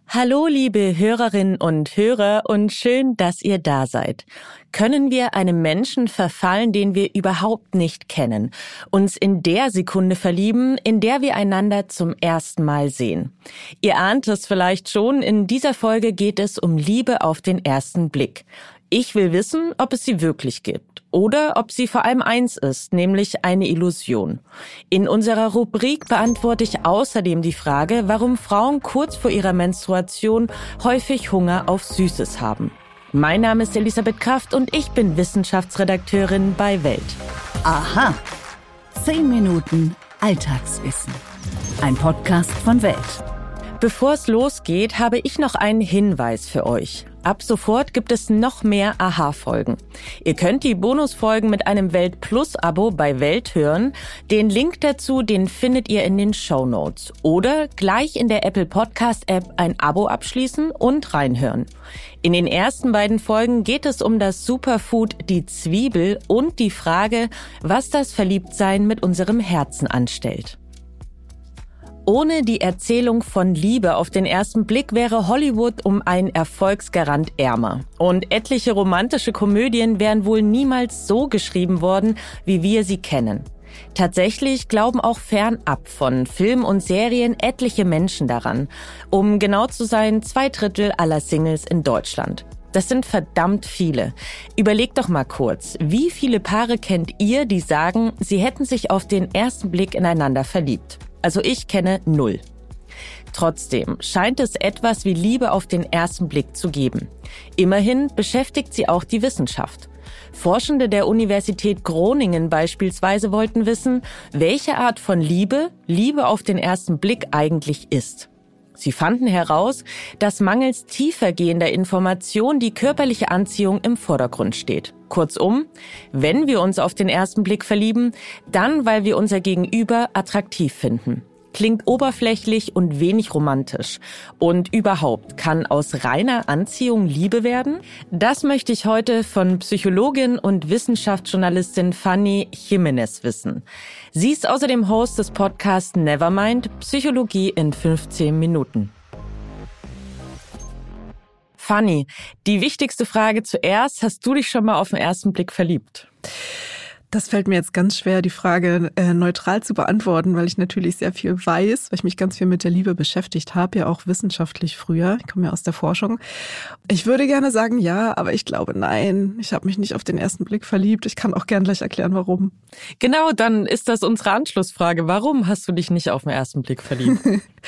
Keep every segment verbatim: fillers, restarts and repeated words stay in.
Hallo, liebe Hörerinnen und Hörer, und schön, dass ihr da seid. Können wir einem Menschen verfallen, den wir überhaupt nicht kennen, uns in der Sekunde verlieben, in der wir einander zum ersten Mal sehen? Ihr ahnt es vielleicht schon, in dieser Folge geht es um Liebe auf den ersten Blick. Ich will wissen, ob es sie wirklich gibt oder ob sie vor allem eins ist, nämlich eine Illusion. In unserer Rubrik beantworte ich außerdem die Frage, warum Frauen kurz vor ihrer Menstruation häufig Hunger auf Süßes haben. Mein Name ist Elisabeth Kraft und ich bin Wissenschaftsredakteurin bei Welt. Aha, zehn Minuten Alltagswissen. Ein Podcast von Welt. Bevor es losgeht, habe ich noch einen Hinweis für euch. Ab sofort gibt es noch mehr Aha-Folgen. Ihr könnt die Bonusfolgen mit einem Welt-Plus-Abo bei Welt hören. Den Link dazu, den findet ihr in den Shownotes. Oder gleich in der Apple Podcast-App ein Abo abschließen und reinhören. In den ersten beiden Folgen geht es um das Superfood, die Zwiebel und die Frage, was das Verliebtsein mit unserem Herzen anstellt. Ohne die Erzählung von Liebe auf den ersten Blick wäre Hollywood um einen Erfolgsgarant ärmer. Und etliche romantische Komödien wären wohl niemals so geschrieben worden, wie wir sie kennen. Tatsächlich glauben auch fernab von Film und Serien etliche Menschen daran. Um genau zu sein, zwei Drittel aller Singles in Deutschland. Das sind verdammt viele. Überlegt doch mal kurz, wie viele Paare kennt ihr, die sagen, sie hätten sich auf den ersten Blick ineinander verliebt? Also ich kenne null. Trotzdem scheint es etwas wie Liebe auf den ersten Blick zu geben. Immerhin beschäftigt sie auch die Wissenschaft. Forschende der Universität Groningen beispielsweise wollten wissen, welche Art von Liebe Liebe auf den ersten Blick eigentlich ist. Sie fanden heraus, dass mangels tiefergehender Information die körperliche Anziehung im Vordergrund steht. Kurzum, wenn wir uns auf den ersten Blick verlieben, dann weil wir unser Gegenüber attraktiv finden. Klingt oberflächlich und wenig romantisch. Und überhaupt, kann aus reiner Anziehung Liebe werden? Das möchte ich heute von Psychologin und Wissenschaftsjournalistin Fanny Jimenez wissen. Sie ist außerdem Host des Podcasts Nevermind, Psychologie in fünfzehn Minuten. Fanny, die wichtigste Frage zuerst, hast du dich schon mal auf den ersten Blick verliebt? Das fällt mir jetzt ganz schwer, die Frage äh, neutral zu beantworten, weil ich natürlich sehr viel weiß, weil ich mich ganz viel mit der Liebe beschäftigt habe, ja auch wissenschaftlich früher. Ich komme ja aus der Forschung. Ich würde gerne sagen ja, aber ich glaube nein. Ich habe mich nicht auf den ersten Blick verliebt. Ich kann auch gern gleich erklären, warum. Genau, dann ist das unsere Anschlussfrage. Warum hast du dich nicht auf den ersten Blick verliebt?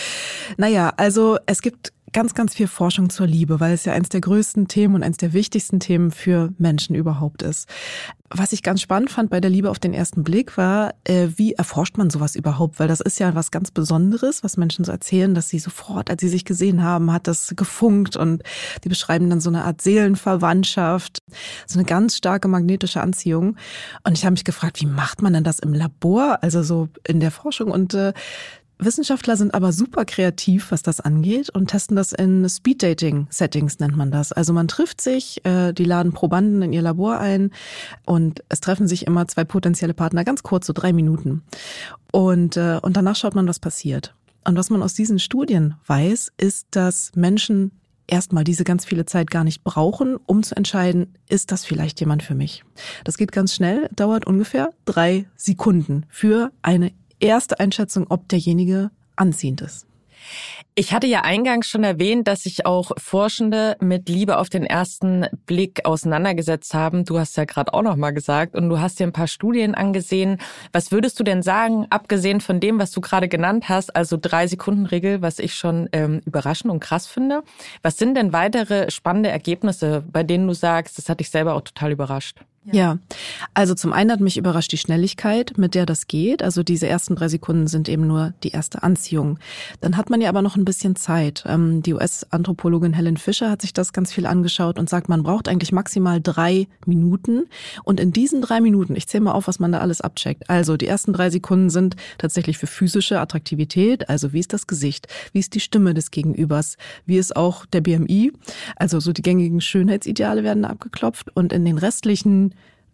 Naja, also es gibt ganz, ganz viel Forschung zur Liebe, weil es ja eins der größten Themen und eins der wichtigsten Themen für Menschen überhaupt ist. Was ich ganz spannend fand bei der Liebe auf den ersten Blick war, äh, wie erforscht man sowas überhaupt? Weil das ist ja was ganz Besonderes, was Menschen so erzählen, dass sie sofort, als sie sich gesehen haben, hat das gefunkt und die beschreiben dann so eine Art Seelenverwandtschaft, so eine ganz starke magnetische Anziehung. Und ich habe mich gefragt, wie macht man denn das im Labor, also so in der Forschung? Und äh, Wissenschaftler sind aber super kreativ, was das angeht und testen das in Speed-Dating-Settings, nennt man das. Also man trifft sich, äh, die laden Probanden in ihr Labor ein und es treffen sich immer zwei potenzielle Partner, ganz kurz, so drei Minuten. Und, äh, und danach schaut man, was passiert. Und was man aus diesen Studien weiß, ist, dass Menschen erstmal diese ganz viele Zeit gar nicht brauchen, um zu entscheiden, ist das vielleicht jemand für mich? Das geht ganz schnell, dauert ungefähr drei Sekunden für eine erste Einschätzung, ob derjenige anziehend ist. Ich hatte ja eingangs schon erwähnt, dass sich auch Forschende mit Liebe auf den ersten Blick auseinandergesetzt haben. Du hast ja gerade auch noch mal gesagt und du hast dir ein paar Studien angesehen. Was würdest du denn sagen, abgesehen von dem, was du gerade genannt hast, also Drei-Sekunden-Regel, was ich schon ähm, überraschend und krass finde. Was sind denn weitere spannende Ergebnisse, bei denen du sagst, das hat dich selber auch total überrascht? Ja, also zum einen hat mich überrascht die Schnelligkeit, mit der das geht. Also diese ersten drei Sekunden sind eben nur die erste Anziehung. Dann hat man ja aber noch ein bisschen Zeit. Die U S-Anthropologin Helen Fisher hat sich das ganz viel angeschaut und sagt, man braucht eigentlich maximal drei Minuten. Und in diesen drei Minuten, ich zähle mal auf, was man da alles abcheckt. Also die ersten drei Sekunden sind tatsächlich für physische Attraktivität. Also wie ist das Gesicht? Wie ist die Stimme des Gegenübers? Wie ist auch der B M I? Also so die gängigen Schönheitsideale werden da abgeklopft. Und in den restlichen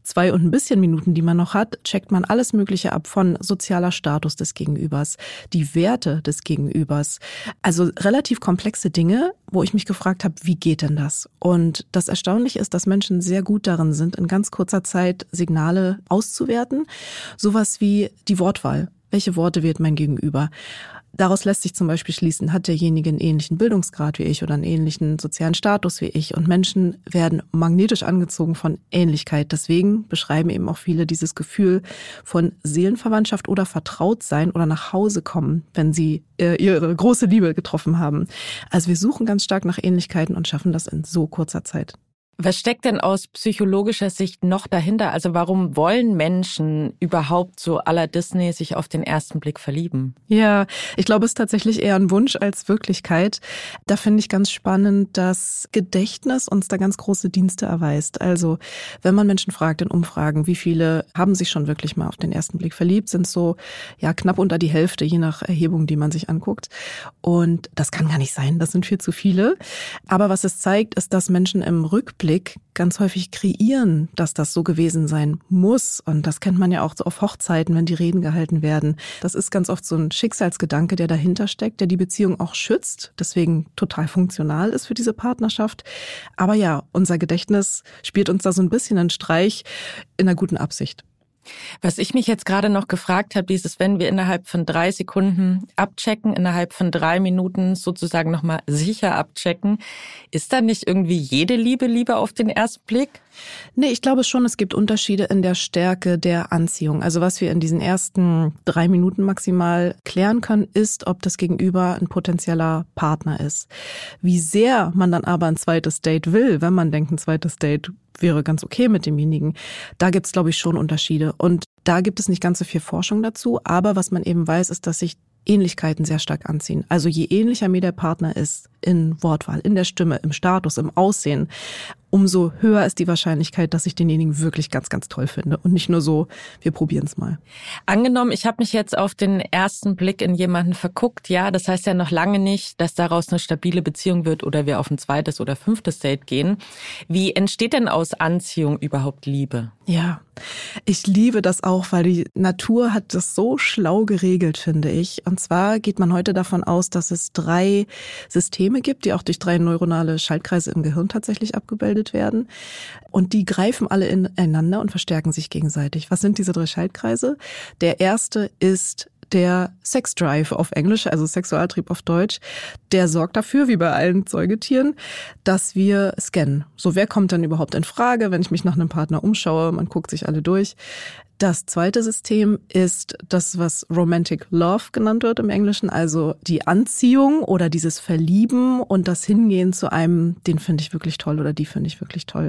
zwei und ein bisschen Minuten, die man noch hat, checkt man alles Mögliche ab von sozialer Status des Gegenübers, die Werte des Gegenübers. Also relativ komplexe Dinge, wo ich mich gefragt habe, wie geht denn das? Und das Erstaunliche ist, dass Menschen sehr gut darin sind, in ganz kurzer Zeit Signale auszuwerten. Sowas wie die Wortwahl. Welche Worte wählt mein Gegenüber? Daraus lässt sich zum Beispiel schließen, hat derjenige einen ähnlichen Bildungsgrad wie ich oder einen ähnlichen sozialen Status wie ich. Und Menschen werden magnetisch angezogen von Ähnlichkeit. Deswegen beschreiben eben auch viele dieses Gefühl von Seelenverwandtschaft oder Vertrautsein oder nach Hause kommen, wenn sie äh, ihre große Liebe getroffen haben. Also wir suchen ganz stark nach Ähnlichkeiten und schaffen das in so kurzer Zeit. Was steckt denn aus psychologischer Sicht noch dahinter? Also warum wollen Menschen überhaupt so à la Disney sich auf den ersten Blick verlieben? Ja, ich glaube, es ist tatsächlich eher ein Wunsch als Wirklichkeit. Da finde ich ganz spannend, dass Gedächtnis uns da ganz große Dienste erweist. Also wenn man Menschen fragt in Umfragen, wie viele haben sich schon wirklich mal auf den ersten Blick verliebt, sind so ja knapp unter die Hälfte, je nach Erhebung, die man sich anguckt. Und das kann gar nicht sein, das sind viel zu viele. Aber was es zeigt, ist, dass Menschen im Rückblick ganz häufig kreieren, dass das so gewesen sein muss. Und das kennt man ja auch so auf Hochzeiten, wenn die Reden gehalten werden. Das ist ganz oft so ein Schicksalsgedanke, der dahinter steckt, der die Beziehung auch schützt, deswegen total funktional ist für diese Partnerschaft. Aber ja, unser Gedächtnis spielt uns da so ein bisschen einen Streich in einer guten Absicht. Was ich mich jetzt gerade noch gefragt habe, dieses, wenn wir innerhalb von drei Sekunden abchecken, innerhalb von drei Minuten sozusagen nochmal sicher abchecken, ist da nicht irgendwie jede Liebe lieber auf den ersten Blick? Nee, ich glaube schon, es gibt Unterschiede in der Stärke der Anziehung. Also was wir in diesen ersten drei Minuten maximal klären können, ist, ob das Gegenüber ein potenzieller Partner ist. Wie sehr man dann aber ein zweites Date will, wenn man denkt, ein zweites Date wäre ganz okay mit demjenigen. Da gibt's, glaube ich, schon Unterschiede. Und da gibt es nicht ganz so viel Forschung dazu. Aber was man eben weiß, ist, dass sich Ähnlichkeiten sehr stark anziehen. Also je ähnlicher mir der Partner ist in Wortwahl, in der Stimme, im Status, im Aussehen, umso höher ist die Wahrscheinlichkeit, dass ich denjenigen wirklich ganz, ganz toll finde. Und nicht nur so, wir probieren es mal. Angenommen, ich habe mich jetzt auf den ersten Blick in jemanden verguckt. Ja, das heißt ja noch lange nicht, dass daraus eine stabile Beziehung wird oder wir auf ein zweites oder fünftes Date gehen. Wie entsteht denn aus Anziehung überhaupt Liebe? Ja, ich liebe das auch, weil die Natur hat das so schlau geregelt, finde ich. Und zwar geht man heute davon aus, dass es drei Systeme gibt, die auch durch drei neuronale Schaltkreise im Gehirn tatsächlich abgebildet werden. Und die greifen alle ineinander und verstärken sich gegenseitig. Was sind diese drei Schaltkreise? Der erste ist der Sex Drive auf Englisch, also Sexualtrieb auf Deutsch, der sorgt dafür, wie bei allen Säugetieren, dass wir scannen. So, wer kommt dann überhaupt in Frage, wenn ich mich nach einem Partner umschaue? Man guckt sich alle durch. Das zweite System ist das, was Romantic Love genannt wird im Englischen, also die Anziehung oder dieses Verlieben und das Hingehen zu einem, den finde ich wirklich toll oder die finde ich wirklich toll.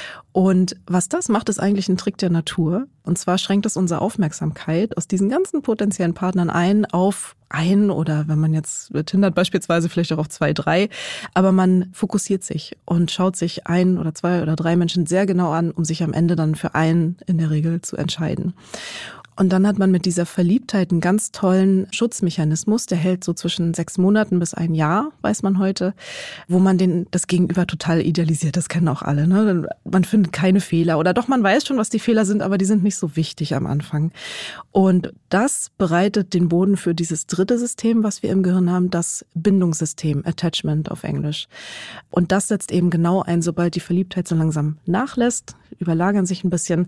Und was das macht, ist eigentlich ein Trick der Natur. Und zwar schränkt es unsere Aufmerksamkeit aus diesen ganzen potenziellen Partnern ein auf ein oder wenn man jetzt tindert beispielsweise vielleicht auch auf zwei, drei. Aber man fokussiert sich und schaut sich ein oder zwei oder drei Menschen sehr genau an, um sich am Ende dann für einen in der Regel zu entscheiden. Und dann hat man mit dieser Verliebtheit einen ganz tollen Schutzmechanismus, der hält so zwischen sechs Monaten bis ein Jahr, weiß man heute, wo man den das Gegenüber total idealisiert. Das kennen auch alle, ne? Man findet keine Fehler oder doch, man weiß schon, was die Fehler sind, aber die sind nicht so wichtig am Anfang. Und das bereitet den Boden für dieses dritte System, was wir im Gehirn haben, das Bindungssystem, Attachment auf Englisch. Und das setzt eben genau ein, sobald die Verliebtheit so langsam nachlässt, überlagern sich ein bisschen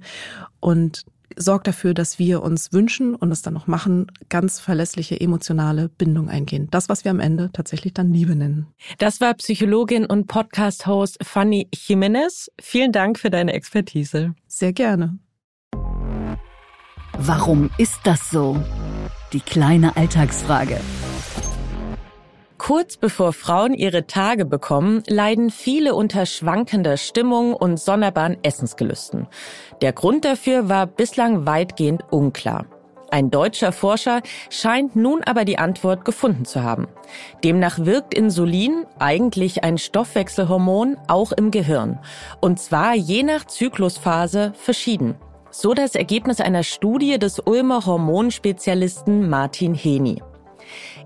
und sorgt dafür, dass wir uns wünschen und es dann noch machen, ganz verlässliche emotionale Bindung eingehen. Das, was wir am Ende tatsächlich dann Liebe nennen. Das war Psychologin und Podcast-Host Fanny Jimenez. Vielen Dank für deine Expertise. Sehr gerne. Warum ist das so? Die kleine Alltagsfrage. Kurz bevor Frauen ihre Tage bekommen, leiden viele unter schwankender Stimmung und sonderbaren Essensgelüsten. Der Grund dafür war bislang weitgehend unklar. Ein deutscher Forscher scheint nun aber die Antwort gefunden zu haben. Demnach wirkt Insulin, eigentlich ein Stoffwechselhormon, auch im Gehirn. Und zwar je nach Zyklusphase verschieden. So das Ergebnis einer Studie des Ulmer Hormonspezialisten Martin Heni.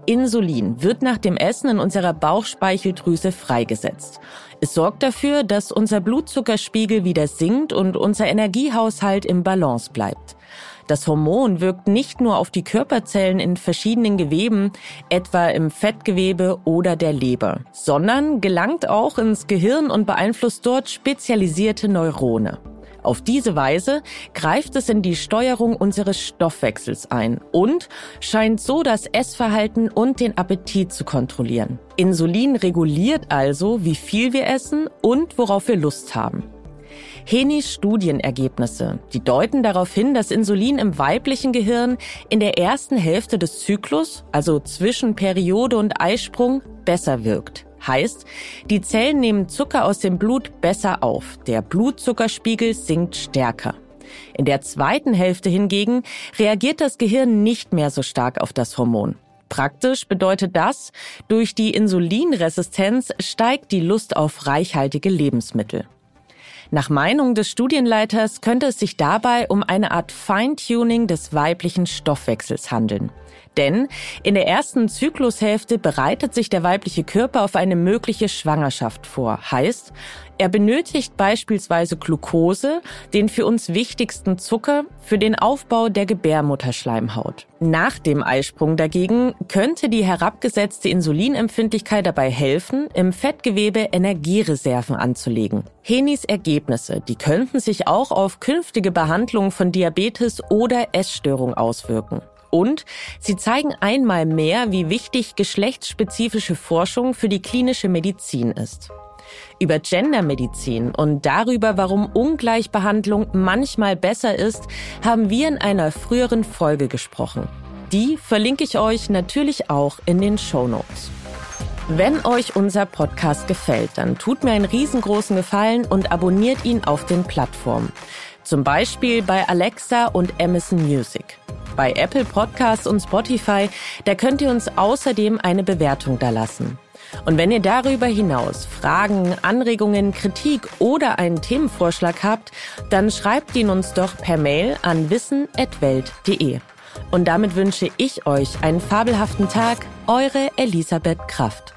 Insulin wird nach dem Essen in unserer Bauchspeicheldrüse freigesetzt. Es sorgt dafür, dass unser Blutzuckerspiegel wieder sinkt und unser Energiehaushalt im Balance bleibt. Das Hormon wirkt nicht nur auf die Körperzellen in verschiedenen Geweben, etwa im Fettgewebe oder der Leber, sondern gelangt auch ins Gehirn und beeinflusst dort spezialisierte Neurone. Auf diese Weise greift es in die Steuerung unseres Stoffwechsels ein und scheint so das Essverhalten und den Appetit zu kontrollieren. Insulin reguliert also, wie viel wir essen und worauf wir Lust haben. Hennies Studienergebnisse, die deuten darauf hin, dass Insulin im weiblichen Gehirn in der ersten Hälfte des Zyklus, also zwischen Periode und Eisprung, besser wirkt. Heißt, die Zellen nehmen Zucker aus dem Blut besser auf, der Blutzuckerspiegel sinkt stärker. In der zweiten Hälfte hingegen reagiert das Gehirn nicht mehr so stark auf das Hormon. Praktisch bedeutet das, durch die Insulinresistenz steigt die Lust auf reichhaltige Lebensmittel. Nach Meinung des Studienleiters könnte es sich dabei um eine Art Feintuning des weiblichen Stoffwechsels handeln. Denn in der ersten Zyklushälfte bereitet sich der weibliche Körper auf eine mögliche Schwangerschaft vor. Heißt, er benötigt beispielsweise Glucose, den für uns wichtigsten Zucker, für den Aufbau der Gebärmutterschleimhaut. Nach dem Eisprung dagegen könnte die herabgesetzte Insulinempfindlichkeit dabei helfen, im Fettgewebe Energiereserven anzulegen. Hennies Ergebnisse, die könnten sich auch auf künftige Behandlungen von Diabetes oder Essstörung auswirken. Und sie zeigen einmal mehr, wie wichtig geschlechtsspezifische Forschung für die klinische Medizin ist. Über Gendermedizin und darüber, warum Ungleichbehandlung manchmal besser ist, haben wir in einer früheren Folge gesprochen. Die verlinke ich euch natürlich auch in den Shownotes. Wenn euch unser Podcast gefällt, dann tut mir einen riesengroßen Gefallen und abonniert ihn auf den Plattformen. Zum Beispiel bei Alexa und Amazon Music. Bei Apple Podcasts und Spotify, da könnt ihr uns außerdem eine Bewertung dalassen. Und wenn ihr darüber hinaus Fragen, Anregungen, Kritik oder einen Themenvorschlag habt, dann schreibt ihn uns doch per Mail an wissen at welt punkt de. Und damit wünsche ich euch einen fabelhaften Tag, eure Elisabeth Kraft.